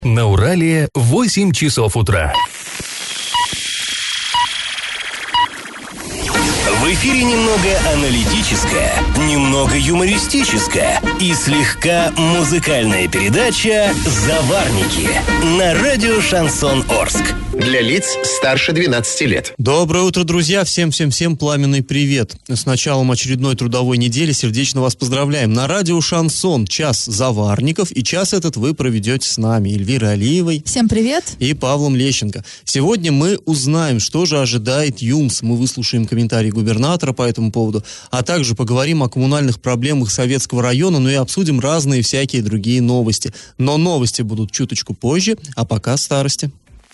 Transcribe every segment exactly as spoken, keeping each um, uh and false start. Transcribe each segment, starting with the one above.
На Урале восемь часов утра. В эфире немного аналитическая, немного юмористическая и слегка музыкальная передача «Заварники» на радио «Шансон Орск». Для лиц старше двенадцати лет. Доброе утро, друзья! Всем-всем-всем пламенный привет! С началом очередной трудовой недели сердечно вас поздравляем. На радио «Шансон» час заварников, и час этот вы проведете с нами, Эльвирой Алиевой. Всем привет! И Павлом Лещенко. Сегодня мы узнаем, что же ожидает ЮМС. Мы выслушаем комментарии губернатора по этому поводу, а также поговорим о коммунальных проблемах Советского района, ну и обсудим разные всякие другие новости. Но новости будут чуточку позже, а пока старости.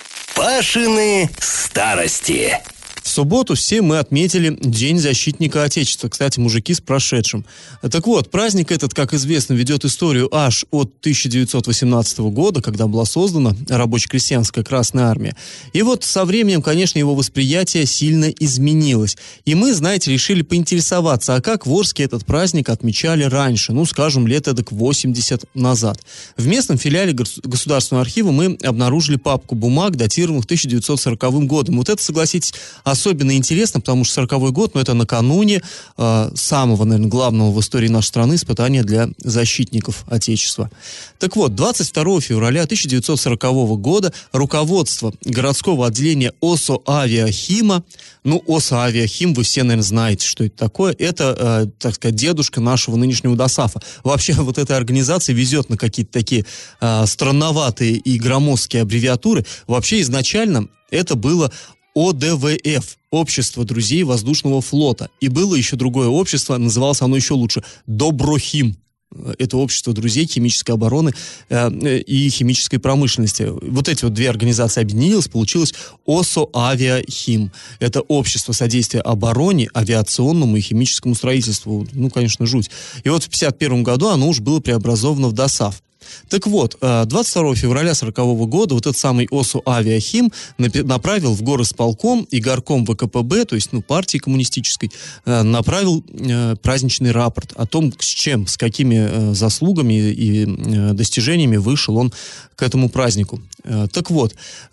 Пашины старости. В субботу все мы отметили День защитника Отечества. Кстати, мужики, с прошедшим. Так вот, праздник этот, как известно, ведет историю аж от тысяча девятьсот восемнадцатого года, когда была создана рабоче-крестьянская Красная Армия. И вот со временем, конечно, его восприятие сильно изменилось. И мы, знаете, решили поинтересоваться, а как в Орске этот праздник отмечали раньше, ну, скажем, лет эдак восемьдесят назад. В местном филиале Государственного архива мы обнаружили папку бумаг, датированных тысяча девятьсот сороковым годом. Вот это, согласитесь, особенно интересно, потому что сороковой год, но это накануне э, самого, наверное, главного в истории нашей страны испытания для защитников Отечества. Так вот, двадцать второго февраля тысяча девятьсот сорокового года руководство городского отделения ОСО-Авиахима, ну, ОСО-Авиахим, вы все, наверное, знаете, что это такое, это, э, так сказать, дедушка нашего нынешнего ДОСААФа. Вообще, вот эта организация везет на какие-то такие э, странноватые и громоздкие аббревиатуры. Вообще, изначально это было ОДВФ, Общество друзей воздушного флота. И было еще другое общество, называлось оно еще лучше, Доброхим. Это общество друзей химической обороны э, и химической промышленности. Вот эти вот две организации объединились, получилось ОСО-Авиахим. Это общество содействия обороне, авиационному и химическому строительству. Ну, конечно, жуть. И вот в пятьдесят первом году оно уже было преобразовано в ДОСААФ. Так вот, двадцать второго февраля сорокового года вот этот самый ОСО-Авиахим направил в горосполком и горком ВКПБ, то есть, ну, партии коммунистической, направил праздничный рапорт о том, с чем, с какими заслугами и достижениями вышел он к этому празднику. Так вот,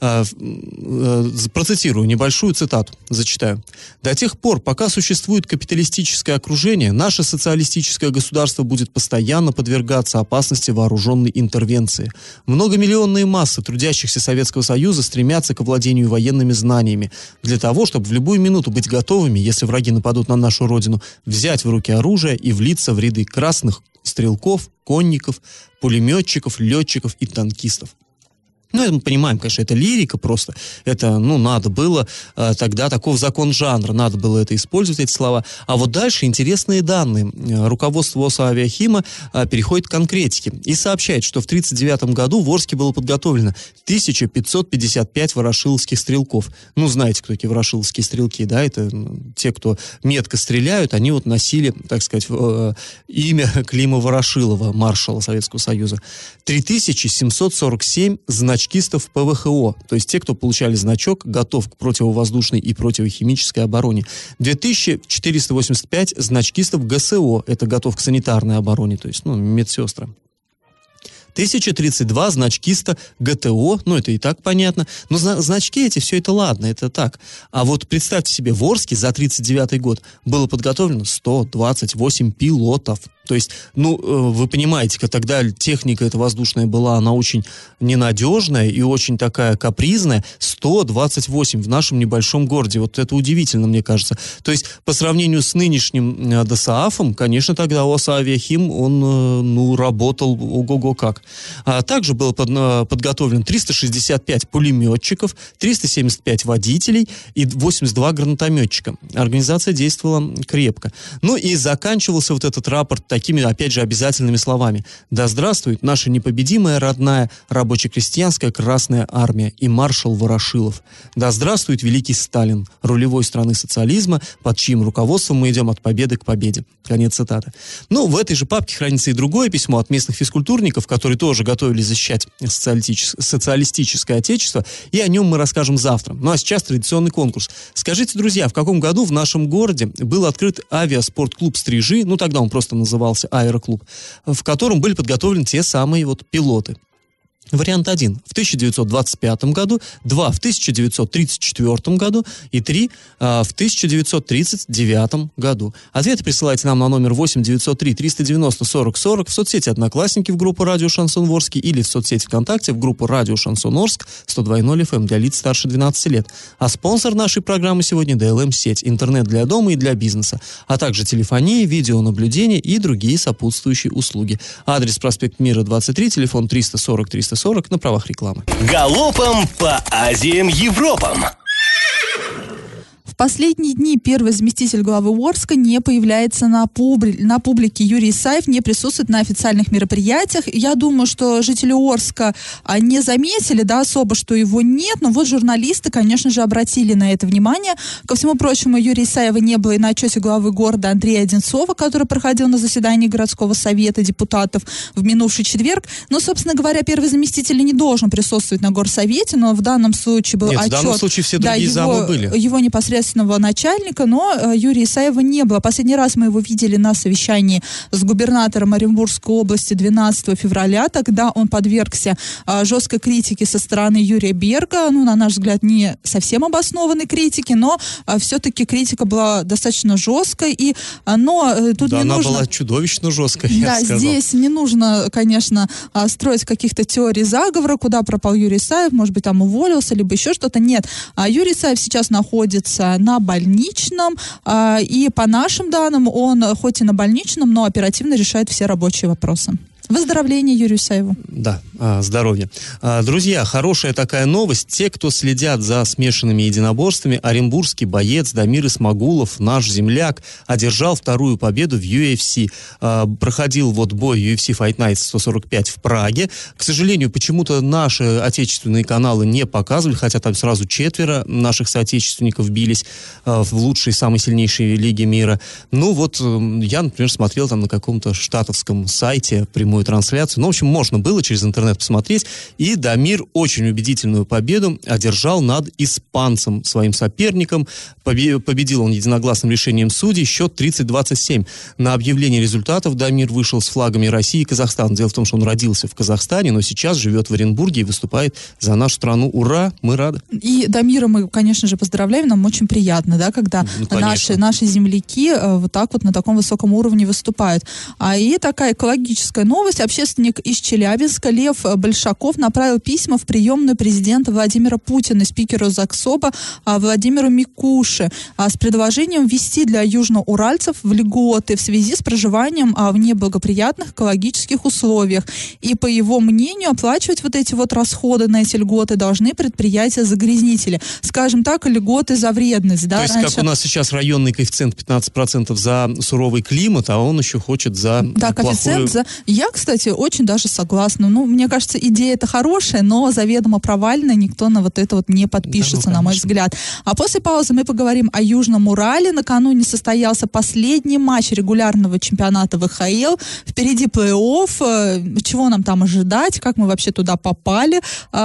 процитирую небольшую цитату, зачитаю. «До тех пор, пока существует капиталистическое окружение, наше социалистическое государство будет постоянно подвергаться опасности вооруженной интервенции. Многомиллионные массы трудящихся Советского Союза стремятся к овладению военными знаниями для того, чтобы в любую минуту быть готовыми, если враги нападут на нашу родину, взять в руки оружие и влиться в ряды красных стрелков, конников, пулеметчиков, летчиков и танкистов». Ну, это мы понимаем, конечно, это лирика просто. Это, ну, надо было э, тогда, таков закон жанра, надо было это использовать, эти слова. А вот дальше интересные данные. Руководство ОСО-Авиахима э, переходит к конкретике и сообщает, что в тридцать девятом году в Орске было подготовлено тысяча пятьсот пятьдесят пять ворошиловских стрелков. Ну, знаете, кто такие ворошиловские стрелки, да? Это ну, те, кто метко стреляют, они вот носили, так сказать, э, имя Клима Ворошилова, маршала Советского Союза. три тысячи семьсот сорок семь значков значкистов ПВХО, то есть те, кто получали значок «Готов к противовоздушной и противохимической обороне». две тысячи четыреста восемьдесят пять значкистов ГСО, это «Готов к санитарной обороне», то есть, ну, медсестры. тысяча тридцать два значкиста ГТО, ну, это и так понятно, но зна- значки эти, все это ладно, это так. А вот представьте себе, в Орске за тридцать девятый год было подготовлено сто двадцать восемь пилотов. То есть, ну, вы понимаете, как тогда техника эта воздушная была, она очень ненадежная и очень такая капризная. сто двадцать восемь в нашем небольшом городе. Вот это удивительно, мне кажется. То есть, по сравнению с нынешним ДОСААФом, конечно, тогда ОСО-Авиахим, он, ну, работал ого-го как. А также было под, подготовлено триста шестьдесят пять пулеметчиков, триста семьдесят пять водителей и восемьдесят два гранатометчика. Организация действовала крепко. Ну и заканчивался вот этот рапорт такими, опять же, обязательными словами. «Да здравствует наша непобедимая родная рабоче-крестьянская Красная Армия и маршал Ворошилов. Да здравствует великий Сталин, рулевой страны социализма, под чьим руководством мы идем от победы к победе». Конец цитаты. Ну, в этой же папке хранится и другое письмо от местных физкультурников, которые тоже готовились защищать социалистическое, социалистическое отечество, и о нем мы расскажем завтра. Ну, а сейчас традиционный конкурс. Скажите, друзья, в каком году в нашем городе был открыт авиаспортклуб «Стрижи», ну, тогда он просто назывался «Аэроклуб», в котором были подготовлены те самые вот пилоты? Вариант один в тысяча девятьсот двадцать пятом году, два в тысяча девятьсот тридцать четвёртом году и три в тысяча девятьсот тридцать девятом году. Ответы присылайте нам на номер восемь девятьсот три триста девяносто сорок сорок в соцсети «Одноклассники» в группу «Радио Шансон Орск» или в соцсети ВКонтакте в группу «Радио Шансон Орск» сто два и ноль эф эм для лиц старше двенадцати лет. А спонсор нашей программы сегодня ди эл эм-сеть, интернет для дома и для бизнеса, а также телефония, видеонаблюдение и другие сопутствующие услуги. Адрес: проспект Мира, двадцать три, телефон триста сорок триста сорок на правах рекламы. Галопом по Азиям, Европам. В последние дни первый заместитель главы Орска не появляется на, публи... на публике. Юрий Исаев не присутствует на официальных мероприятиях. Я думаю, что жители Орска не заметили, да, особо, что его нет, но вот журналисты, конечно же, обратили на это внимание. Ко всему прочему, Юрия Исаева не было и на отчете главы города Андрея Одинцова, который проходил на заседании городского совета депутатов в минувший четверг. Но, собственно говоря, первый заместитель не должен присутствовать на горсовете, но в данном случае был нет, отчет... в данном случае все другие да, его, замы были. Его непосредственно начальника, но э, Юрия Исаева не было. Последний раз мы его видели на совещании с губернатором Оренбургской области двенадцатого февраля. Тогда он подвергся э, жесткой критике со стороны Юрия Берга. Ну, на наш взгляд, не совсем обоснованной критике, но э, все-таки критика была достаточно жесткой. И, э, но э, тут да, не она нужно... была чудовищно жесткой, да, я сказал. Здесь не нужно, конечно, э, строить каких-то теорий заговора, куда пропал Юрий Исаев, может быть, там уволился, либо еще что-то. Нет. А Юрий Исаев сейчас находится на больничном, э, и по нашим данным он хоть и на больничном, но оперативно решает все рабочие вопросы. Выздоровления Юрию Исаеву. Да, здоровья. Друзья, хорошая такая новость. Те, кто следят за смешанными единоборствами, оренбургский боец Дамир Исмагулов, наш земляк, одержал вторую победу в ю эф си. Проходил вот бой ю эф си Fight Night сто сорок пять в Праге. К сожалению, почему-то наши отечественные каналы не показывали, хотя там сразу четверо наших соотечественников бились в лучшей, самой сильнейшей лиге мира. Ну вот, я, например, смотрел там на каком-то штатовском сайте прямую трансляцию. Ну, в общем, можно было через интернет посмотреть. И Дамир очень убедительную победу одержал над испанцем, своим соперником. Победил он единогласным решением судей. Счет тридцать двадцать семь. На объявление результатов Дамир вышел с флагами России и Казахстана. Дело в том, что он родился в Казахстане, но сейчас живет в Оренбурге и выступает за нашу страну. Ура! Мы рады. И Дамира мы, конечно же, поздравляем. Нам очень приятно, да, когда ну, наши, наши земляки э, вот так вот на таком высоком уровне выступают. А и такая экологическая новость. Общественник из Челябинска Лев Большаков направил письма в приемную президента Владимира Путина, спикеру Заксоба Владимиру Микуше с предложением ввести для южноуральцев в льготы в связи с проживанием в неблагоприятных экологических условиях. И, по его мнению, оплачивать вот эти вот расходы на эти льготы должны предприятия-загрязнители. Скажем так, льготы за вредность. Да? То есть, Раньше... как у нас сейчас районный коэффициент пятнадцать процентов за суровый климат, а он еще хочет за да, плохую... коэффициент за... Я, кстати, очень даже согласна. Ну, мне кажется, идея это хорошая, но заведомо провальная, никто на вот это вот не подпишется, да, ну, на мой взгляд. А после паузы мы поговорим о Южном Урале. Накануне состоялся последний матч регулярного чемпионата вэ ха эл. Впереди плей-офф. Чего нам там ожидать? Как мы вообще туда попали,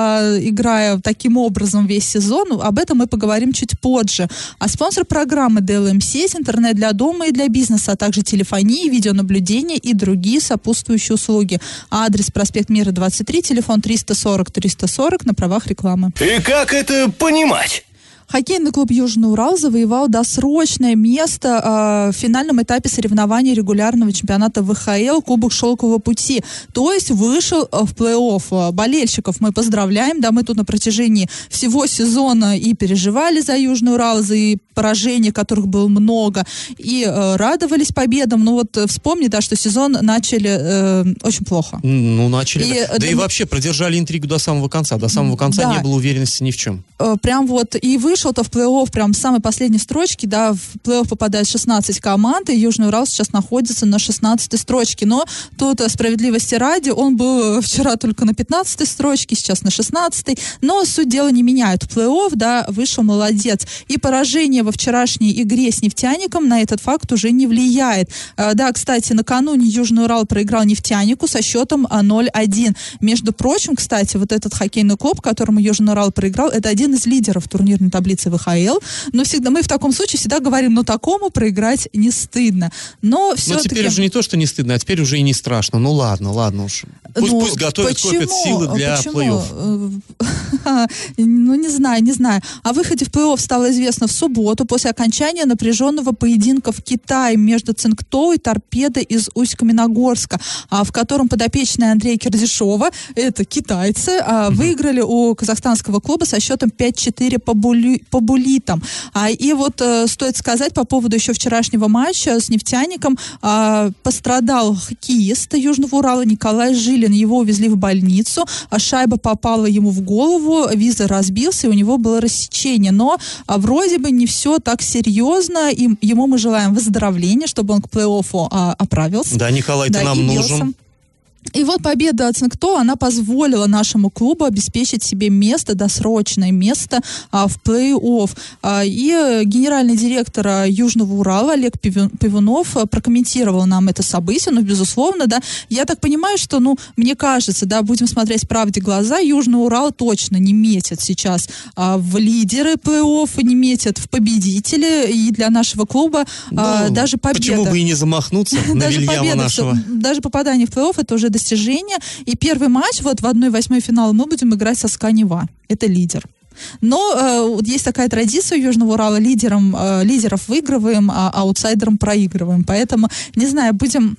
играя таким образом весь сезон? Об этом мы поговорим чуть позже. А спонсор программы ди эл эм-сеть, интернет для дома и для бизнеса, а также телефонии, видеонаблюдение и другие сопутствующие услуги. Адрес: проспект Мира, двадцать три, телефон триста сорок триста сорок на правах рекламы. И как это понимать? Хоккейный клуб «Южный Урал» завоевал досрочное место э, в финальном этапе соревнований регулярного чемпионата вэ ха эл Кубок Шелкового пути. То есть вышел э, в плей-офф. Болельщиков мы поздравляем. Да, мы тут на протяжении всего сезона и переживали за «Южный Урал», за и поражений, которых было много, и э, радовались победам. Ну вот вспомни, да, что сезон начали э, очень плохо. Ну, начали. И, да, да да, и вообще продержали интригу до самого конца. До самого конца да. не было уверенности ни в чем. Э, прям вот и вышел Вышел-то в плей-офф прям с самой последней строчки, да, в плей-офф попадает шестнадцать команд, и Южный Урал сейчас находится на шестнадцатой строчке. Но тут, справедливости ради, он был вчера только на пятнадцатой строчке, сейчас на шестнадцатой. Но суть дела не меняют. В плей-офф, да, вышел молодец. И поражение во вчерашней игре с «Нефтяником» на этот факт уже не влияет. Да, кстати, накануне Южный Урал проиграл «Нефтянику» со счетом ноль один. Между прочим, кстати, вот этот хоккейный клуб, которому Южный Урал проиграл, это один из лидеров турнирной таблицы таблице вэ ха эл. Но всегда, мы в таком случае всегда говорим, ну такому проиграть не стыдно. Но все-таки... Но теперь уже не то, что не стыдно, а теперь уже и не страшно. Ну ладно, ладно уж. Пусть, ну, пусть готовят, почему? копят силы для Почему? плей-офф. Ну, не знаю, не знаю. О выходе в плей-офф стало известно в субботу после окончания напряженного поединка в Китае между Цингтоу и Торпедо из Усть-Каменогорска, в котором подопечные Андрея Кирдишова, это китайцы, mm-hmm. выиграли у казахстанского клуба со счетом пять-четыре по, були, по булитам. И вот стоит сказать по поводу еще вчерашнего матча с «Нефтяником», пострадал хоккеист Южного Урала Николай Жилин. Его увезли в больницу, а шайба попала ему в голову, визор разбился, и у него было рассечение. Но а, вроде бы не все так серьезно, и ему мы желаем выздоровления, чтобы он к плей-оффу а, оправился. Да, Николай, да, ты нам нужен. И вот победа от Цингтоу, она позволила нашему клубу обеспечить себе место, досрочное место а, в плей-офф. А, и генеральный директор а, Южного Урала Олег Пивунов а, прокомментировал нам это событие. Ну, безусловно, да. Я так понимаю, что, ну, мне кажется, да, будем смотреть правде в глаза, Южный Урал точно не метит сейчас а, в лидеры плей-офф, не метит в победители. И для нашего клуба а, ну, даже победа... Почему бы и не замахнуться на Вильяма нашего? Даже попадание в плей-офф — это уже достижение. И первый матч вот в одной восьмой финала мы будем играть со СКА Нева. Это лидер. Но э, вот есть такая традиция у Южного Урала: лидером, э, лидеров выигрываем, а аутсайдером проигрываем. Поэтому, не знаю, будем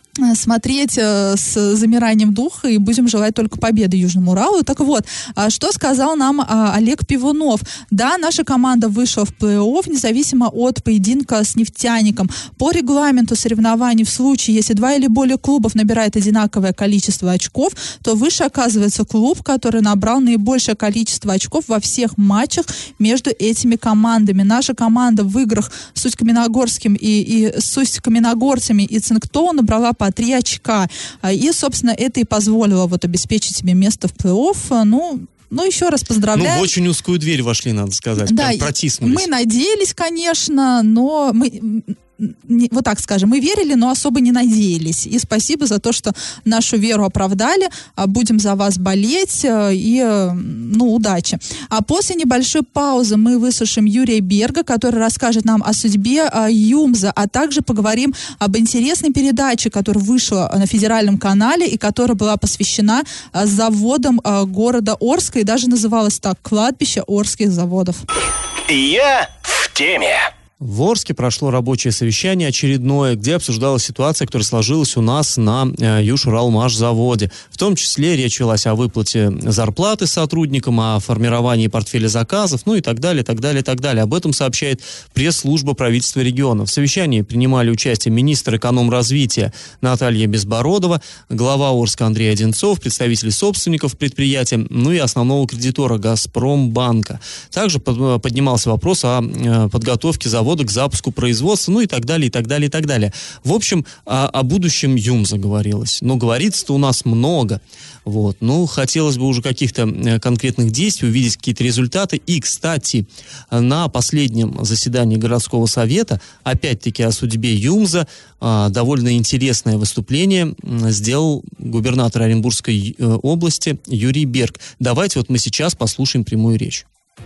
смотреть э, с замиранием духа и будем желать только победы Южному Уралу. Так вот, а что сказал нам а, Олег Пивунов? Да, наша команда вышла в плей-офф независимо от поединка с «Нефтяником». По регламенту соревнований в случае, если два или более клубов набирает одинаковое количество очков, то выше оказывается клуб, который набрал наибольшее количество очков во всех матчах между этими командами. Наша команда в играх с Усть-Каменогорским и, и с Усть-Каменогорцами и Цингтоу набрала по три очка. И, собственно, это и позволило вот обеспечить себе место в плей-офф. Ну, ну, еще раз поздравляю. Ну, в очень узкую дверь вошли, надо сказать. Да, прям протиснулись. Мы надеялись, конечно, но мы... Не, вот так скажем, мы верили, но особо не надеялись. И спасибо за то, что нашу веру оправдали. Будем за вас болеть. И, ну, удачи. А после небольшой паузы мы выслушаем Юрия Берга, который расскажет нам о судьбе ЮМЗа, а также поговорим об интересной передаче, которая вышла на федеральном канале и которая была посвящена заводам города Орска и даже называлась так: «Кладбище Орских заводов». Я в теме. В Орске прошло рабочее совещание очередное, где обсуждалась ситуация, которая сложилась у нас на э, Южуралмашзаводе. В том числе речь велась о выплате зарплаты сотрудникам, о формировании портфеля заказов, ну и так далее, так далее, так далее. Об этом сообщает пресс-служба правительства региона. В совещании принимали участие министр экономразвития Наталья Безбородова, глава Орска Андрей Одинцов, представители собственников предприятия, ну и основного кредитора «Газпромбанка». Также под, поднимался вопрос о э, подготовке завода к запуску производства, ну и так далее, и так далее, и так далее. В общем, о, о будущем ЮМЗа говорилось. Но говорится-то у нас много. Вот. Ну, хотелось бы уже каких-то конкретных действий, увидеть какие-то результаты. И, кстати, на последнем заседании городского совета, опять-таки о судьбе ЮМЗа, довольно интересное выступление сделал губернатор Оренбургской области Юрий Берг. Давайте вот мы сейчас послушаем прямую речь.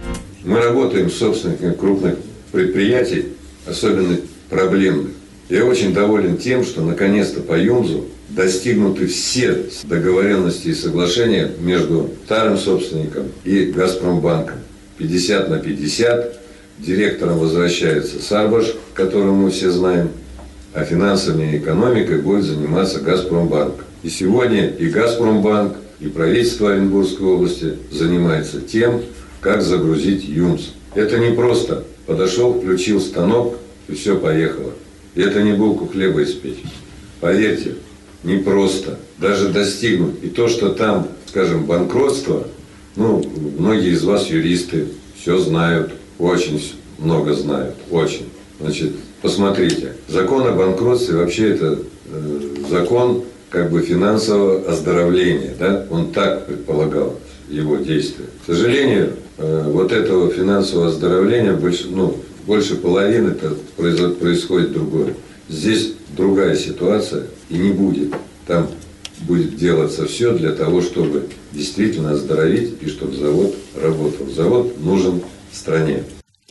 Мы работаем с собственниками крупных предприятий, особенно проблемных. Я очень доволен тем, что наконец-то по ЮМЗу достигнуты все договоренности и соглашения между старым собственником и «Газпромбанком». пятьдесят на пятьдесят. Директором возвращается Сарбаш, которого мы все знаем, а финансами и экономикой будет заниматься «Газпромбанк». И сегодня и «Газпромбанк», и правительство Оренбургской области занимается тем, как загрузить ЮМЗ. Это не просто подошел, включил станок, и все, поехало. И это не булку хлеба испечь. Поверьте, непросто. Даже достигнуть. И то, что там, скажем, банкротство, ну, многие из вас юристы, все знают, очень много знают, очень. Значит, посмотрите, закон о банкротстве вообще это э, закон как бы финансового оздоровления, да? Он так предполагал его действия. К сожалению, э, вот этого финансового оздоровления больше, ну, больше половины это происходит другое. Здесь другая ситуация и не будет. Там будет делаться все для того, чтобы действительно оздоровить и чтобы завод работал. Завод нужен стране.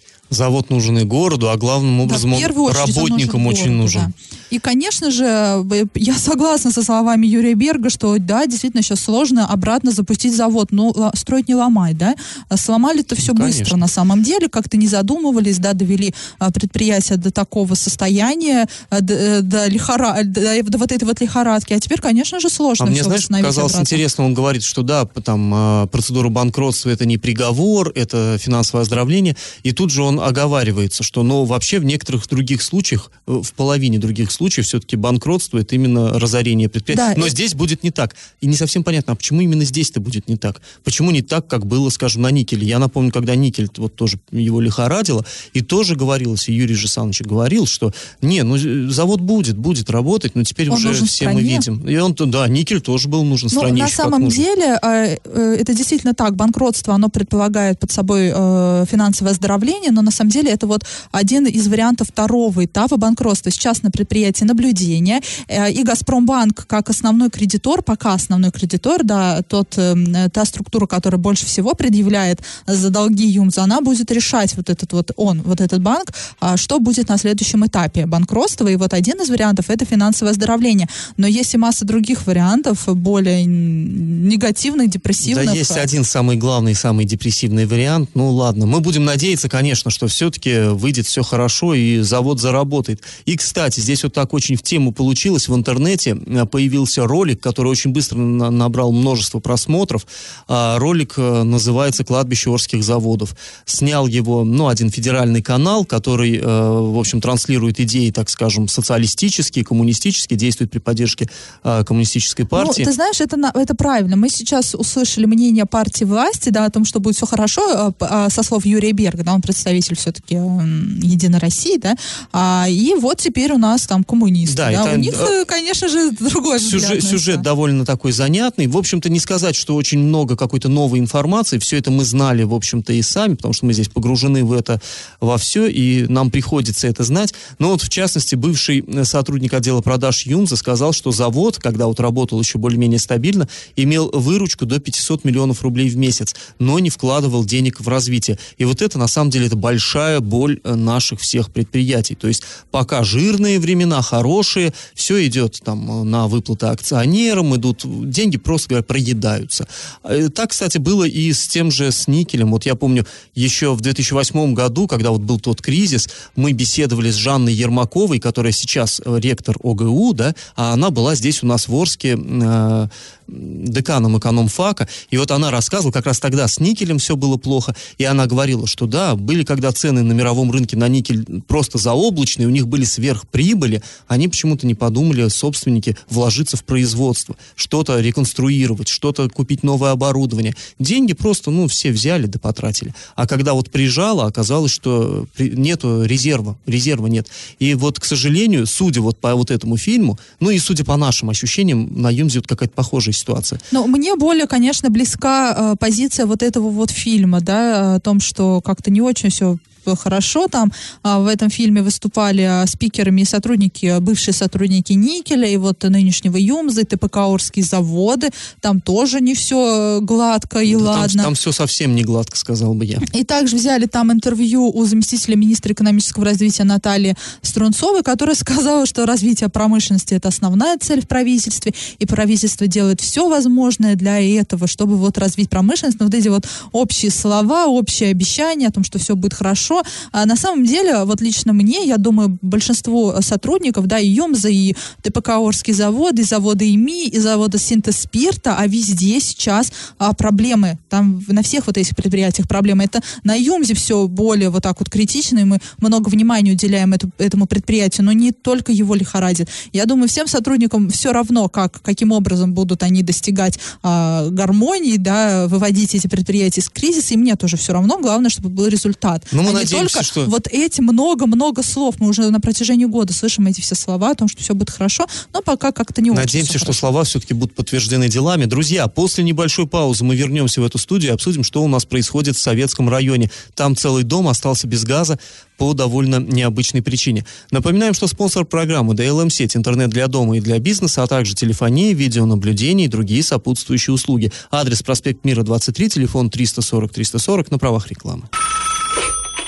Завод нужен и городу, а главным образом да, он очередь, работникам он очень городу, нужен. Да. И, конечно же, я согласна со словами Юрия Берга, что, да, действительно, сейчас сложно обратно запустить завод. Ну, строить не ломать, да? Сломали-то все ну, быстро на самом деле, как-то не задумывались, да, довели предприятие до такого состояния, до, до, лихора... до, до вот этой вот лихорадки. А теперь, конечно же, сложно. А мне, знаешь, показалось обратно. Интересно, он говорит, что да, там процедура банкротства — это не приговор, это финансовое оздоровление. И тут же он оговаривается, что, ну, вообще в некоторых других случаях, в половине других случаев, случае все-таки банкротство — это именно разорение предприятия. Да, Но это... здесь будет не так. И не совсем понятно, а почему именно здесь-то будет не так? Почему не так, как было, скажем, на никеле? Я напомню, когда никель, вот тоже его лихорадило, и тоже говорилось, и Юрий Жесанович говорил, что не, ну завод будет, будет работать, но теперь он уже все стране. Мы видим. И он, да, никель тоже был нужен но стране. На самом деле, э, э, это действительно так. Банкротство, оно предполагает под собой э, финансовое оздоровление, но на самом деле это вот один из вариантов второго этапа банкротства. Сейчас на предприятии наблюдения, и Газпромбанк как основной кредитор, пока основной кредитор, да, тот, та структура, которая больше всего предъявляет за долги ЮМЗа, она будет решать вот этот вот он, вот этот банк, что будет на следующем этапе банкротства, и вот один из вариантов — это финансовое оздоровление. Но есть и масса других вариантов, более негативных, депрессивных. Да, есть один самый главный, самый депрессивный вариант. Ну ладно, мы будем надеяться, конечно, что все-таки выйдет все хорошо и завод заработает. И, кстати, здесь вот так очень в тему получилось. В интернете появился ролик, который очень быстро на- набрал множество просмотров. А, ролик а, называется «Кладбище Орских заводов». Снял его, ну, один федеральный канал, который, а, в общем, транслирует идеи, так скажем, социалистические, коммунистические, действует при поддержке а, коммунистической партии. Ну, ты знаешь, это, это правильно. Мы сейчас услышали мнение партии власти, да, о том, что будет все хорошо, а, а, со слов Юрия Берга, да, он представитель все-таки а, Единой России, да, а, и вот теперь у нас там коммунисты. Да, да? Это, у них, э, конечно же, другой сюжет, взгляд. Сюжет довольно такой занятный. В общем-то, не сказать, что очень много какой-то новой информации. Все это мы знали, в общем-то, и сами, потому что мы здесь погружены в это во все, и нам приходится это знать. Но вот, в частности, бывший сотрудник отдела продаж ЮМЗа сказал, что завод, когда вот работал еще более-менее стабильно, имел выручку до пятьсот миллионов рублей в месяц, но не вкладывал денег в развитие. И вот это, на самом деле, это большая боль наших всех предприятий. То есть, пока жирные времена, хорошие, все идет там на выплаты акционерам, идут, деньги, просто говоря, проедаются. Так, кстати, было и с тем же, с никелем. Вот я помню, еще в две тысячи восьмом году, когда вот был тот кризис, мы беседовали с Жанной Ермаковой, которая сейчас ректор ОГУ, да, а она была здесь у нас в Орске э, деканом экономфака, и вот она рассказывала, как раз тогда с никелем все было плохо, и она говорила, что да, были когда цены на мировом рынке на никель просто заоблачные, у них были сверхприбыли, они почему-то не подумали, собственники, вложиться в производство, что-то реконструировать, что-то купить новое оборудование. Деньги просто, ну, все взяли да потратили. А когда вот приезжало, оказалось, что нету резерва, резерва нет. И вот, к сожалению, судя вот по вот этому фильму, ну и судя по нашим ощущениям, на ЮМЗе вот какая-то похожая ситуация. Ну, мне более, конечно, близка э, позиция вот этого вот фильма, да, о том, что как-то не очень все хорошо. Там а, в этом фильме выступали а, спикерами и сотрудники, бывшие сотрудники никеля, и вот нынешнего ЮМЗа, и ТПК Орские заводы. Там тоже не все гладко и да, ладно. Там, там все совсем не гладко, сказал бы я. И также взяли там интервью у заместителя министра экономического развития Натальи Струнцовой, которая сказала, что развитие промышленности — это основная цель в правительстве, и правительство делает все возможное для этого, чтобы вот развить промышленность. Но вот эти вот общие слова, общие обещания о том, что все будет хорошо. А на самом деле, вот лично мне, я думаю, большинство сотрудников, да, и ЮМЗа, и ТПК Орские заводы, и заводы ИМИ, и заводы синтез спирта, а везде сейчас а, проблемы. Там на всех вот этих предприятиях проблемы. Это на ЮМЗе все более вот так вот критично, и мы много внимания уделяем эту, этому предприятию, но не только его лихорадит. Я думаю, всем сотрудникам все равно, как, каким образом будут они достигать а, гармонии, да, выводить эти предприятия из кризиса, и мне тоже все равно. Главное, чтобы был результат. Но мы а надеемся, не только что... вот эти много-много слов. Мы уже на протяжении года слышим эти все слова о том, что все будет хорошо, но пока как-то не очень. Надеемся, что хорошо. слова все-таки будут подтверждены делами. Друзья, после небольшой паузы мы вернемся в эту студию и обсудим, что у нас происходит в Советском районе. Там целый дом остался без газа по довольно необычной причине. Напоминаем, что спонсор программы ди эл эм-сеть, интернет для дома и для бизнеса, а также телефония, видеонаблюдение и другие сопутствующие услуги. Адрес: проспект Мира, двадцать три, телефон триста сорок триста сорок, на правах рекламы.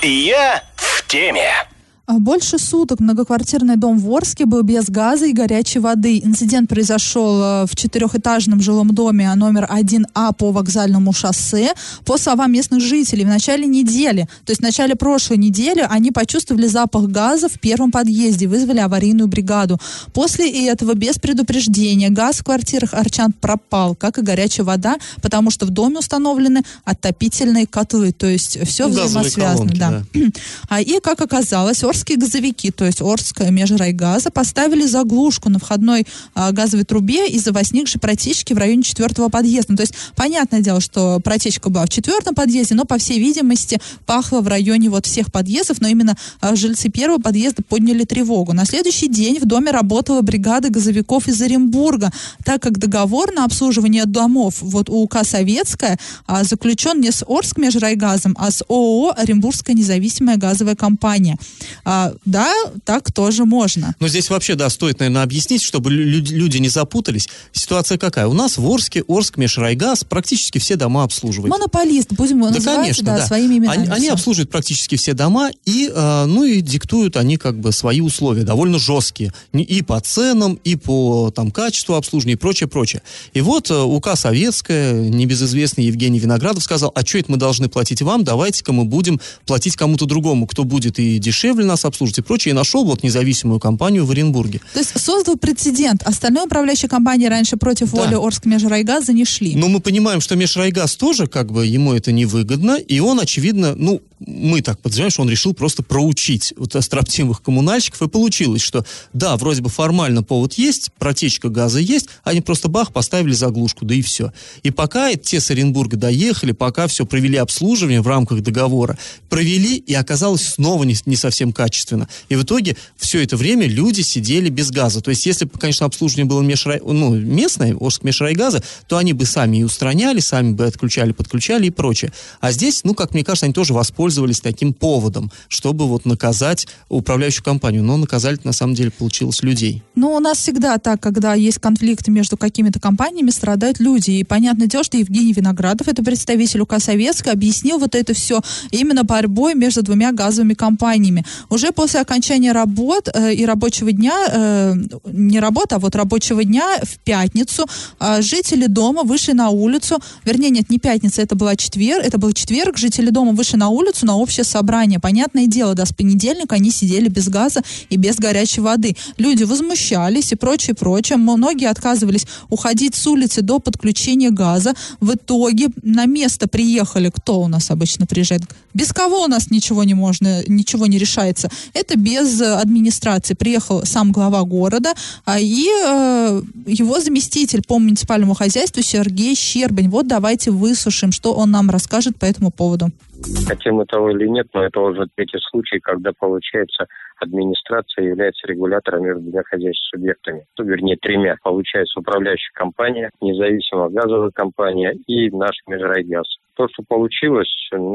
Я в теме. Больше суток многоквартирный дом в Орске был без газа и горячей воды. Инцидент произошел в четырехэтажном жилом доме номер один А по вокзальному шоссе. По словам местных жителей, в начале недели, то есть в начале прошлой недели, они почувствовали запах газа в первом подъезде, вызвали аварийную бригаду. После этого, без предупреждения, газ в квартирах арчан пропал, как и горячая вода, потому что в доме установлены отопительные котлы, то есть все ну, взаимосвязано. Колонки, да. Да. И, как оказалось, Орские газовики, то есть Орская межрайгаза, поставили заглушку на входной а, газовой трубе из-за возникшей протечки в районе четвертого подъезда. Ну, то есть, понятное дело, что протечка была в четвертом подъезде, но, по всей видимости, пахло в районе вот всех подъездов, но именно а, жильцы первого подъезда подняли тревогу. На следующий день в доме работала бригада газовиков из Оренбурга, так как договор на обслуживание домов вот у УК «Советская» а, заключен не с Орск межрайгазом, а с ООО «Оренбургская независимая газовая компания». А, да, так тоже можно. Но здесь вообще, да, стоит, наверное, объяснить, чтобы люди, люди не запутались. Ситуация какая? У нас в Орске Орск межрайгаз практически все дома обслуживает. Монополист, будем его да, называть, конечно, да, да. своими именами. Они, они обслуживают практически все дома, и, э, ну, и диктуют они как бы свои условия, довольно жесткие. И по ценам, и по там, качеству обслуживания, и прочее, прочее. И вот э, УК «Советская», небезызвестный Евгений Виноградов сказал, а что это мы должны платить вам, давайте-ка мы будем платить кому-то другому, кто будет и дешевле нас обслуживать и прочее, и нашел вот независимую компанию в Оренбурге. То есть создал прецедент. Остальные управляющие компании раньше против да. воли Орск межрайгаза не шли. Но мы понимаем, что межрайгаз тоже, как бы, ему это невыгодно, и он, очевидно, ну, мы так подозреваем, что он решил просто проучить вот строптивых коммунальщиков, и получилось, что, да, вроде бы формально повод есть, протечка газа есть, они просто бах, поставили заглушку, да и все. И пока те с Оренбурга доехали, пока все провели обслуживание в рамках договора, провели, и оказалось снова не, не совсем качественно. И в итоге все это время люди сидели без газа. То есть, если бы, конечно, обслуживание было межрай... ну, местное, Орск межрайгаза, то они бы сами и устраняли, сами бы отключали, подключали и прочее. А здесь, ну, как мне кажется, они тоже воспользовались таким поводом, чтобы вот наказать управляющую компанию. Но наказали, на самом деле, получилось людей. Ну, у нас всегда так, когда есть конфликты между какими-то компаниями, страдают люди. И понятное дело, что Евгений Виноградов, это представитель УК «Советская», объяснил вот это все именно борьбой между двумя газовыми компаниями. Уже после окончания работ э, и рабочего дня, э, не работы, а вот рабочего дня в пятницу э, жители дома вышли на улицу, вернее, нет, не пятница, это была четверг, это был четверг, жители дома вышли на улицу на общее собрание. Понятное дело, да, с понедельника они сидели без газа и без горячей воды. Люди возмущались и прочее, прочее. Многие отказывались уходить с улицы до подключения газа. В итоге на место приехали, кто у нас обычно приезжает? Без кого у нас ничего не можно, ничего не решается. Это без администрации. Приехал сам глава города а, и э, его заместитель по муниципальному хозяйству Сергей Щербань. Вот давайте выслушаем, что он нам расскажет по этому поводу. Хотим мы того или нет, но это уже третий случай, когда, получается, администрация является регулятором между двумя хозяйственными субъектами. Ну, вернее, тремя. Получается, управляющая компания, независимая газовая компания и наш межрайгаз. То, что получилось,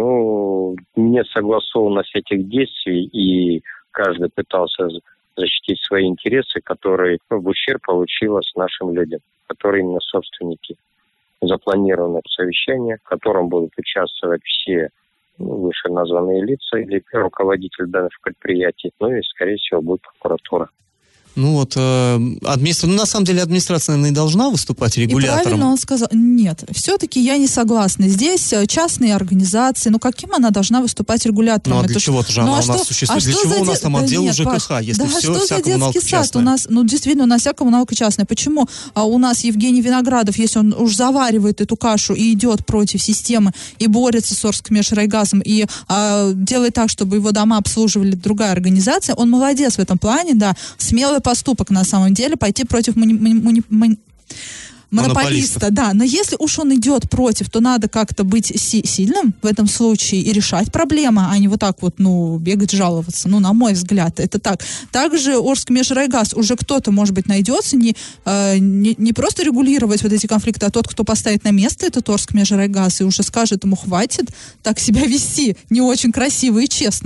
ну, нет согласованность этих действий, и каждый пытался защитить свои интересы, которые, ну, в ущерб получилось нашим людям, которые именно собственники. Запланировано совещание, в котором будут участвовать все ну, вышеназванные лица или руководитель данных предприятий, ну и, скорее всего, будет прокуратура. Ну вот, э, администрация, ну, на самом деле администрация, наверное, и должна выступать регулятором. И правильно он сказал. Нет, все-таки я не согласна. Здесь частные организации, ну каким она должна выступать регулятором? Ну а для Это чего-то же ну, она а у что, нас существует? А для чего за у нас там отдел да ЖКХ, Паш, если да, все, что вся за коммуналка детский сад? частная? У нас, ну действительно, у нас вся коммуналка частная. Почему а, у нас Евгений Виноградов, если он уж заваривает эту кашу и идет против системы и борется с Орским межрайгазом и а, делает так, чтобы его дома обслуживали другая организация, он молодец в этом плане, да, смелый поступок на самом деле, пойти против муни- муни- муни- монополиста, да. Но если уж он идет против, то надо как-то быть си- сильным в этом случае и решать проблемы, а не вот так вот, ну, бегать, жаловаться. Ну, на мой взгляд, это так. Также Орск межрайгаз уже кто-то, может быть, найдется не, э, не, не просто регулировать вот эти конфликты, а тот, кто поставит на место этот Орск межрайгаз и уже скажет ему, хватит так себя вести, не очень красиво и честно.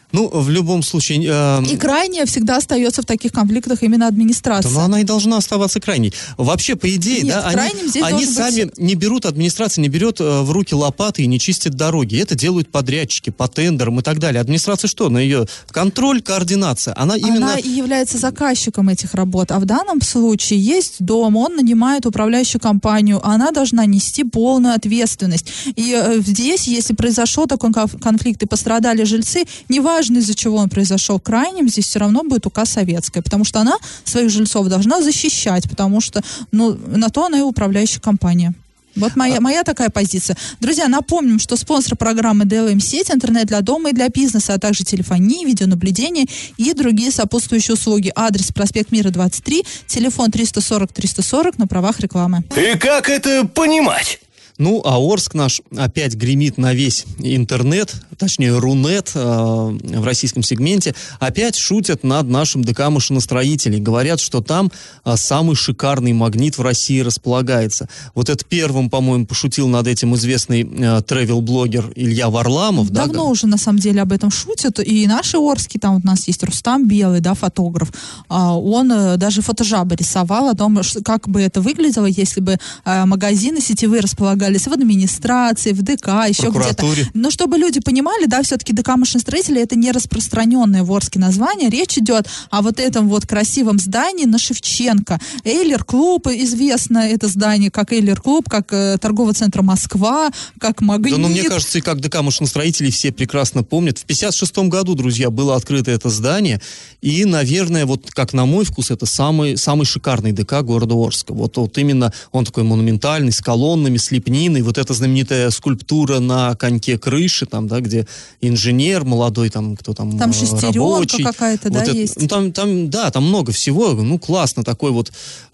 Ну, в любом случае... Э, и крайняя всегда остается в таких конфликтах именно администрация. Но она и должна оставаться крайней. Вообще, по идее, Нет, да, они, они сами быть... не берут, администрация не берет э, в руки лопаты и не чистит дороги. Это делают подрядчики по тендерам и так далее. Администрация что? На ее контроль, координация. Она именно... Она и является заказчиком этих работ. А в данном случае есть дом, он нанимает управляющую компанию, она должна нести полную ответственность. И э, здесь, если произошел такой конфликт и пострадали жильцы, неважно, из-за чего он произошел, крайним здесь все равно будет УК Советская, потому что она своих жильцов должна защищать, потому что ну, на то она и управляющая компания. Вот моя, моя такая позиция. Друзья, напомним, что спонсор программы ди эл эм-сеть, интернет для дома и для бизнеса, а также телефонии, видеонаблюдение и другие сопутствующие услуги. Адрес: проспект Мира, двадцать три, телефон триста сорок триста сорок на правах рекламы. И как это понимать? Ну, а Орск наш опять гремит на весь интернет, точнее, Рунет э, в российском сегменте. Опять шутят над нашим ДК машиностроителей. Говорят, что там э, самый шикарный магнит в России располагается. Вот это первым, по-моему, пошутил над этим известный э, тревел-блогер Илья Варламов. Давно да? уже, на самом деле, об этом шутят. И наши Орские, там вот у нас есть Рустам Белый, да, фотограф. Э, он э, даже фотожабы рисовал о том, как бы это выглядело, если бы э, магазины сетевые располагались в администрации, в ДК, еще где-то. Но чтобы люди понимали, да, все-таки ДК машиностроителей — это не распространенное в Орске название. Речь идет о вот этом вот красивом здании на Шевченко. Эйлер-клуб, известно это здание как Эйлер-клуб, как э, торговый центр Москва, как Магнит. Да, ну, мне кажется, и как ДК машиностроителей все прекрасно помнят. В пятьдесят шестом году, друзья, было открыто это здание. И, наверное, вот как на мой вкус, это самый, самый шикарный ДК города Орска. Вот, вот именно он такой монументальный, с колоннами, с лепниной. Вот эта знаменитая скульптура на коньке крыши, там, да, где инженер молодой, там, кто там, там шестеренка рабочий. какая-то, вот да, это, есть? Ну, там, там, да, там много всего, ну, классно, такой вот...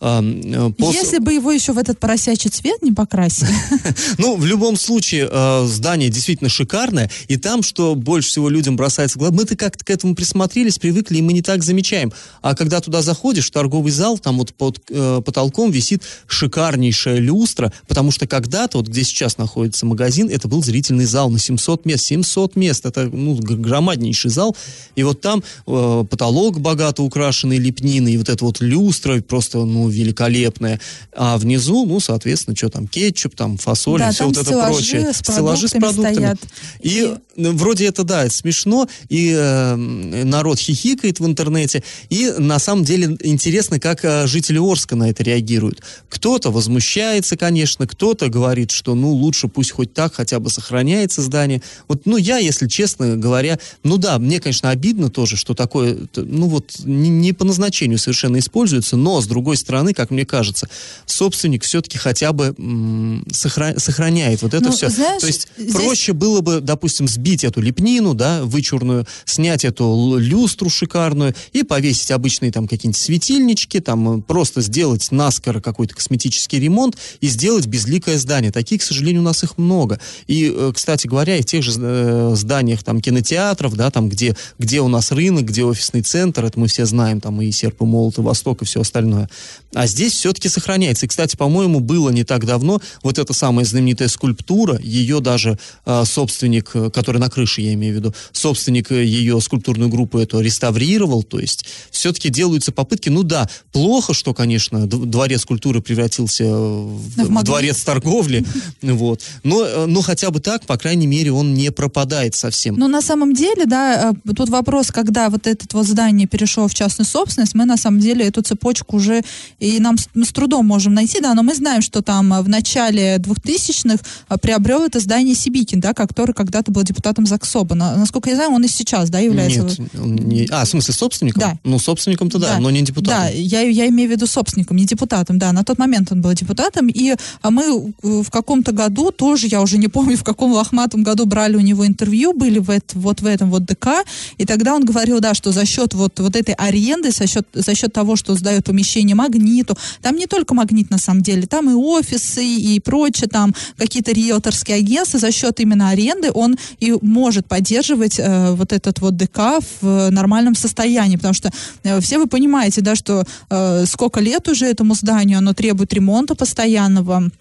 Э, пос... Если бы его еще в этот поросячий цвет не покрасили. Ну, в любом случае, здание действительно шикарное, и там, что больше всего людям бросается в глаза, мы-то как-то к этому присмотрелись, привыкли, и мы не так замечаем. А когда туда заходишь, в торговый зал, там вот под потолком висит шикарнейшая люстра, потому что когда-то, вот где сейчас находится магазин, это был зрительный зал на семьсот мест. семьсот мест, это ну, громаднейший зал. И вот там э, потолок богато украшенный лепниной, и вот эта вот люстра просто ну, великолепная. А внизу, ну, соответственно, что там, кетчуп, там, фасоль, да, все вот это прочее. С стеллажи с продуктами. Стоят. И, и вроде это, да, это смешно, и э, народ хихикает в интернете, и на самом деле интересно, как э, жители Орска на это реагируют. Кто-то возмущается, конечно, кто-то говорит, что, ну, лучше пусть хоть так хотя бы сохраняется здание. Вот, ну, я, если честно говоря, ну, да, мне, конечно, обидно тоже, что такое, ну, вот, не, не по назначению совершенно используется, но, с другой стороны, как мне кажется, собственник все-таки хотя бы м- сохра- сохраняет вот это ну, все. Знаешь, То есть, здесь... проще было бы, допустим, сбить эту лепнину, да, вычурную, снять эту люстру шикарную и повесить обычные там какие-нибудь светильнички, там, просто сделать наскоро какой-то косметический ремонт и сделать безликое здание. Такие, к сожалению, у нас их много. И, кстати говоря, и в тех же э, зданиях там кинотеатров, да, там, где, где у нас рынок, где офисный центр, это мы все знаем, там и Серп, и Молот, и Восток, и все остальное. А здесь все-таки сохраняется. И, кстати, по-моему, было не так давно вот эта самая знаменитая скульптура, ее даже э, собственник, который на крыше, я имею в виду, собственник ее скульптурную группу эту реставрировал, то есть все-таки делаются попытки. Ну да, плохо, что, конечно, дворец культуры превратился в, в дворец торговли, вот. Но, но хотя бы так, по крайней мере, он не пропадает совсем. Ну, на самом деле, да, тут вопрос, когда вот это вот здание перешло в частную собственность, мы, на самом деле, эту цепочку уже и нам с, мы с трудом можем найти, да, но мы знаем, что там в начале двухтысячных приобрел это здание Сибикин, да, который когда-то был депутатом Заксоба. Насколько я знаю, он и сейчас, да, является... Нет, он не... А, в смысле, собственником? Да. Ну, собственником-то да, да, но не депутатом. Да, я, я имею в виду собственником, не депутатом, да, на тот момент он был депутатом, и мы в каком-то году тоже, я уже не помню, в каком лохматом году брали у него интервью, были в это, вот в этом вот ДК, и тогда он говорил, да, что за счет вот, вот этой аренды, за счет, за счет того, что сдает помещение Магниту, там не только Магнит на самом деле, там и офисы, и прочее, там какие-то риэлторские агентства, за счет именно аренды он и может поддерживать э, вот этот вот ДК в нормальном состоянии, потому что э, все вы понимаете, да, что э, сколько лет уже этому зданию, оно требует ремонта постоянного.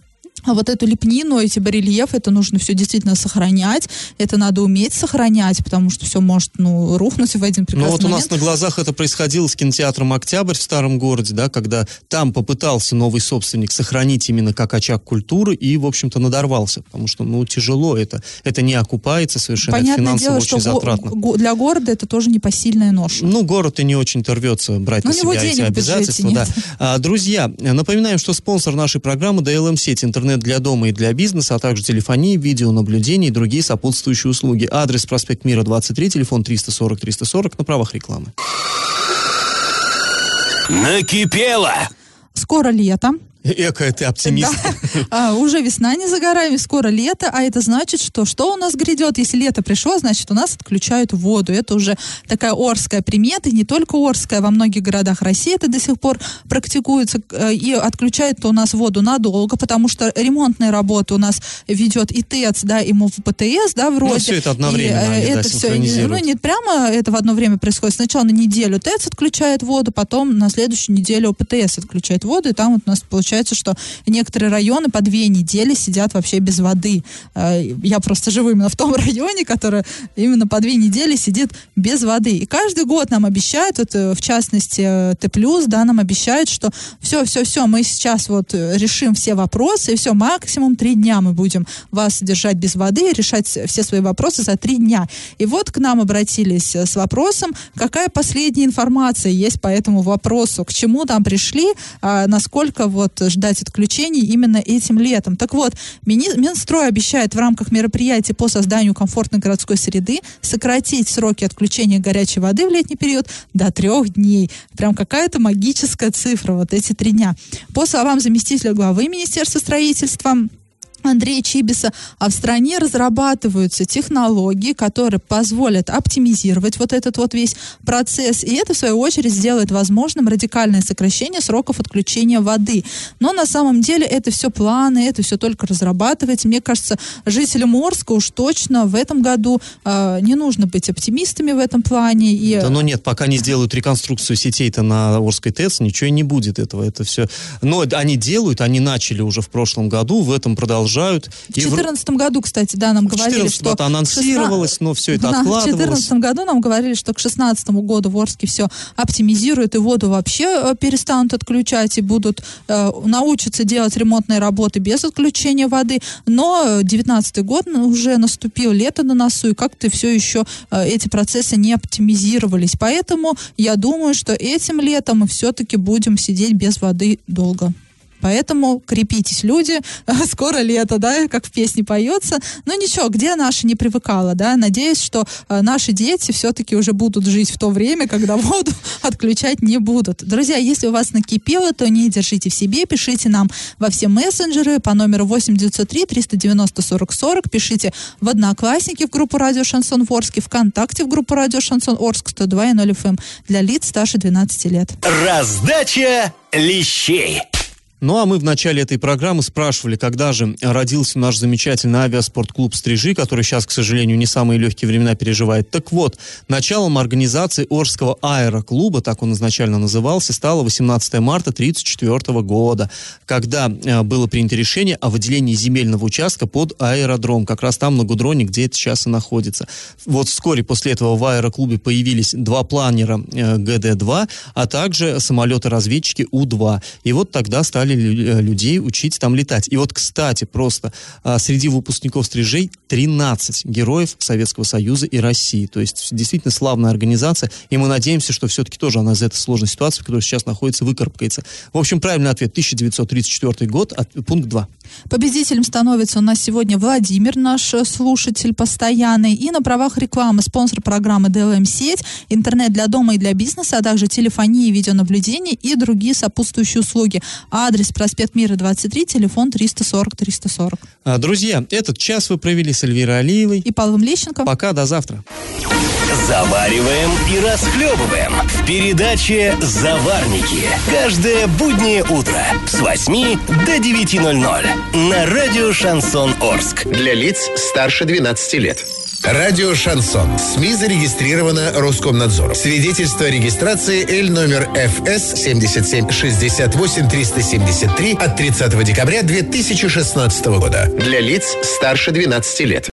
А вот эту лепнину, эти барельефы, это нужно все действительно сохранять, это надо уметь сохранять, потому что все может, ну, рухнуть в один прекрасный момент. Ну вот у нас на глазах это происходило с кинотеатром «Октябрь» в Старом городе, да, когда там попытался новый собственник сохранить именно как очаг культуры и, в общем-то, надорвался, потому что, ну, тяжело это, это не окупается совершенно, это финансово дело, очень затратно. Го- для города это тоже непосильная ноша. Ну, город и не очень-то рвется брать Но на себя эти обязательства. Да. А, друзья, напоминаем, что спонсор нашей программы ди эл эм-сеть, интернет для дома и для бизнеса, а также телефонии, видеонаблюдение и другие сопутствующие услуги. Адрес: проспект Мира, двадцать три, телефон триста сорок триста сорок, на правах рекламы. Накипело! Скоро лето. Эка, ты оптимист. Да. А, уже весна не за горами, скоро лето, а это значит, что что у нас грядет? Если лето пришло, значит, у нас отключают воду. Это уже такая орская примета, и не только орская, во многих городах России это до сих пор практикуется, и отключают у нас воду надолго, потому что ремонтные работы у нас ведет и ТЭЦ, да, и МОВ-ПТС, да, вроде. Ну, все это одновременно, и, они, это да, все, ну, не прямо это в одно время происходит. Сначала на неделю ТЭЦ отключает воду, потом на следующую неделю ПТС отключает воду, и там вот у нас получается Получается, что некоторые районы по две недели сидят вообще без воды. Я просто живу именно в том районе, который именно по две недели сидит без воды. И каждый год нам обещают, вот, в частности, Т+, да, нам обещают, что все-все-все, мы сейчас вот решим все вопросы, и все, максимум три дня мы будем вас держать без воды и решать все свои вопросы за три дня. И вот к нам обратились с вопросом, какая последняя информация есть по этому вопросу, к чему там пришли, а насколько вот ждать отключений именно этим летом. Так вот, Мини- Минстрой обещает в рамках мероприятий по созданию комфортной городской среды сократить сроки отключения горячей воды в летний период до трех дней. Прям какая-то магическая цифра, вот эти три дня. По словам заместителя главы Министерства строительства Андрея Чибиса, а в стране разрабатываются технологии, которые позволят оптимизировать вот этот вот весь процесс, и это, в свою очередь, сделает возможным радикальное сокращение сроков отключения воды. Но на самом деле это все планы, это все только разрабатывается. Мне кажется, жителям Орска уж точно в этом году э, не нужно быть оптимистами в этом плане. И... Да ну нет, пока не сделают реконструкцию сетей-то на Орской ТЭЦ, ничего и не будет этого. Это все... Но они делают, они начали уже в прошлом году, в этом продолжают. В две тысячи четырнадцатом году, кстати, да, нам говорили, что... это анонсировалось, но все это откладывалось. В две тысячи четырнадцатом году нам говорили, что к две тысячи шестнадцатому году в Орске все оптимизируют, и воду вообще перестанут отключать, и будут э, научатся делать ремонтные работы без отключения воды. Но две тысячи девятнадцатый год уже наступил, лето на носу, и как-то все еще э, эти процессы не оптимизировались. Поэтому я думаю, что этим летом мы все-таки будем сидеть без воды долго. Поэтому крепитесь, люди, скоро лето, да, как в песне поется. Но ничего, где наша не привыкала, да, надеюсь, что э, наши дети все-таки уже будут жить в то время, когда воду отключать не будут. Друзья, если у вас накипело, то не держите в себе, пишите нам во все мессенджеры по номеру восемь девятьсот три триста девяносто сорок сорок, пишите в Одноклассники в группу Радио Шансон Орск, ВКонтакте в группу Радио Шансон Орск сто два и ноль эф эм для лиц старше двенадцати лет. Раздача лещей. Ну, а мы в начале этой программы спрашивали, когда же родился наш замечательный авиаспортклуб «Стрижи», который сейчас, к сожалению, не самые легкие времена переживает. Так вот, началом организации Орского аэроклуба, так он изначально назывался, стало восемнадцатого марта тысяча девятьсот тридцать четвёртого года, когда э, было принято решение о выделении земельного участка под аэродром, как раз там на Гудроне, где это сейчас и находится. Вот вскоре после этого в аэроклубе появились два планера э, Гэ Дэ два, а также самолеты-разведчики У два. И вот тогда стали людей учить там летать. И вот, кстати, просто а, среди выпускников «Стрижей» тринадцать героев Советского Союза и России. То есть действительно славная организация, и мы надеемся, что все-таки тоже она из этой сложной ситуации, в которой сейчас находится, выкарабкается. В общем, правильный ответ — тысяча девятьсот тридцать четвёртый год, от, пункт два. Победителем становится у нас сегодня Владимир, наш слушатель постоянный, и на правах рекламы спонсор программы ди эл эм-сеть, интернет для дома и для бизнеса, а также телефония, видеонаблюдение и другие сопутствующие услуги. Адрес: проспект Мира, двадцать три, телефон триста сорок триста сорок. А, друзья, этот час вы провели с Эльвирой Алиевой и Павлом Лещенко. Пока, до завтра. Завариваем и расхлебываем в передаче «Заварники». Каждое буднее утро с восьми до девяти ноль ноль на радио «Шансон Орск». Для лиц старше двенадцати лет. Радио «Шансон». СМИ зарегистрировано Роскомнадзором. Свидетельство о регистрации Л номер Ф С семь семь шесть восемь три семь три от тридцатого декабря две тысячи шестнадцатого года. Для лиц старше двенадцати лет.